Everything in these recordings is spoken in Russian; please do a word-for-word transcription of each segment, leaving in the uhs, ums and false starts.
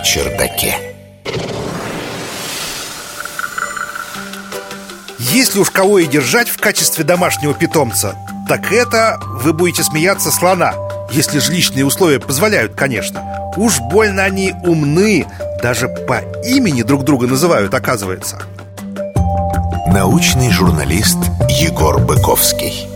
чердаке. Если уж кого и держать в качестве домашнего питомца, так это, вы будете смеяться, слона. Если жилищные условия позволяют, конечно. Уж больно они умны. Даже по имени друг друга называют, оказывается. Научный журналист Егор Быковский.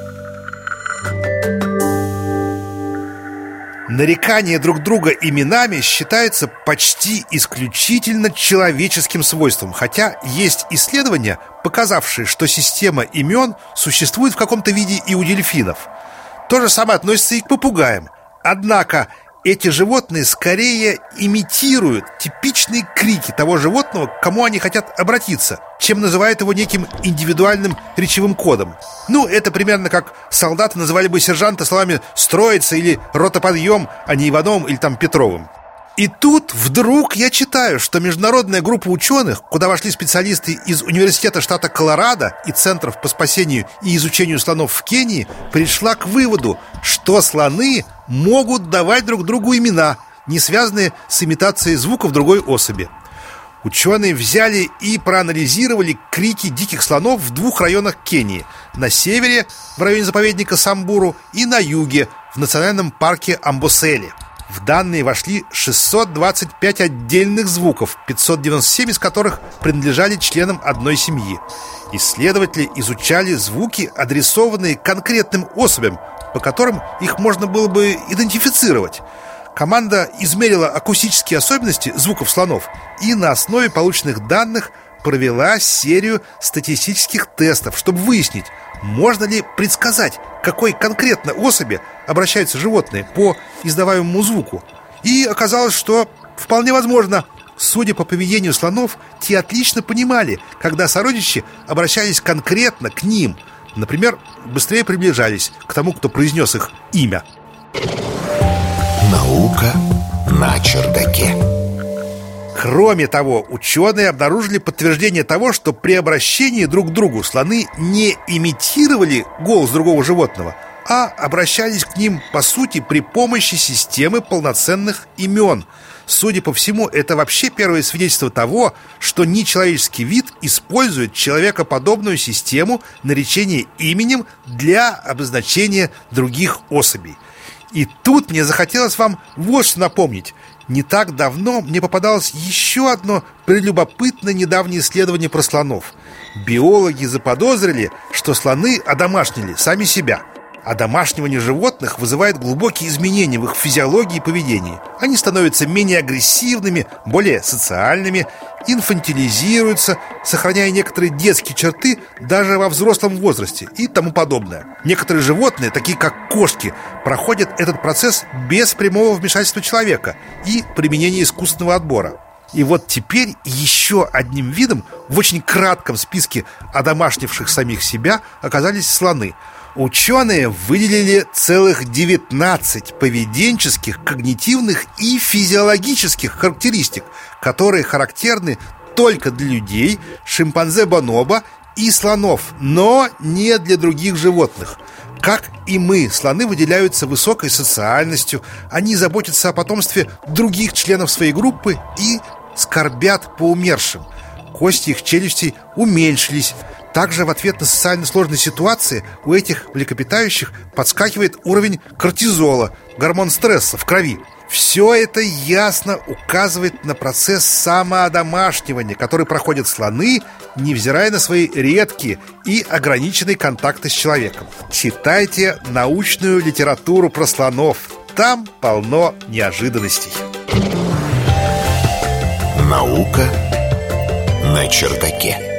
Нарекание друг друга именами считается почти исключительно человеческим свойством. Хотя есть исследования, показавшие, что система имен существует в каком-то виде и у дельфинов. То же самое относится и к попугаям. Однако эти животные скорее имитируют типичные крики того животного, к кому они хотят обратиться, чем называют его неким индивидуальным речевым кодом. Ну, это примерно как солдаты называли бы сержанта словами «строиться» или «ротоподъем», а не Ивановым или там Петровым. И тут вдруг я читаю, что международная группа ученых, куда вошли специалисты из университета штата Колорадо и центров по спасению и изучению слонов в Кении, пришла к выводу, что слоны могут давать друг другу имена, не связанные с имитацией звуков другой особи. Ученые взяли и проанализировали крики диких слонов в двух районах Кении: на севере, в районе заповедника Самбуру, и на юге, в национальном парке Амбосели. В данные вошли шестьсот двадцать пять отдельных звуков, пятьсот девяносто семь из которых принадлежали членам одной семьи. Исследователи изучали звуки, адресованные конкретным особям, по которым их можно было бы идентифицировать. Команда измерила акустические особенности звуков слонов и на основе полученных данных провела серию статистических тестов, чтобы выяснить, можно ли предсказать, к какой конкретно особи обращаются животные по издаваемому звуку. И оказалось, что вполне возможно. Судя по поведению слонов, те отлично понимали, когда сородичи обращались конкретно к ним. Например, быстрее приближались к тому, кто произнес их имя. Наука на чердаке. Кроме того, ученые обнаружили подтверждение того, что при обращении друг к другу слоны не имитировали голос другого животного, а обращались к ним, по сути, при помощи системы полноценных имен. Судя по всему, это вообще первое свидетельство того, что нечеловеческий вид использует человекоподобную систему наречения именем для обозначения других особей. И тут мне захотелось вам вот что напомнить. Не так давно мне попадалось еще одно прелюбопытное недавнее исследование про слонов. Биологи заподозрили, что слоны одомашнили сами себя. Одомашнивание животных вызывает глубокие изменения в их физиологии и поведении. Они становятся менее агрессивными, более социальными, инфантилизируются, сохраняя некоторые детские черты даже во взрослом возрасте и тому подобное. Некоторые животные, такие как кошки, проходят этот процесс без прямого вмешательства человека и применения искусственного отбора. И вот теперь еще одним видом в очень кратком списке одомашнивших самих себя оказались слоны. Ученые выделили целых девятнадцать поведенческих, когнитивных и физиологических характеристик, которые характерны только для людей, шимпанзе бонобо и слонов, но не для других животных. Как и мы, слоны выделяются высокой социальностью, они заботятся о потомстве других членов своей группы и скорбят по умершим. Кости их челюстей уменьшились. Также в ответ на социально сложные ситуации у этих млекопитающих подскакивает уровень кортизола, гормон стресса в крови. Все это ясно указывает на процесс самоодомашнивания, который проходят слоны, невзирая на свои редкие и ограниченные контакты с человеком. Читайте научную литературу про слонов. Там полно неожиданностей. Наука на чердаке.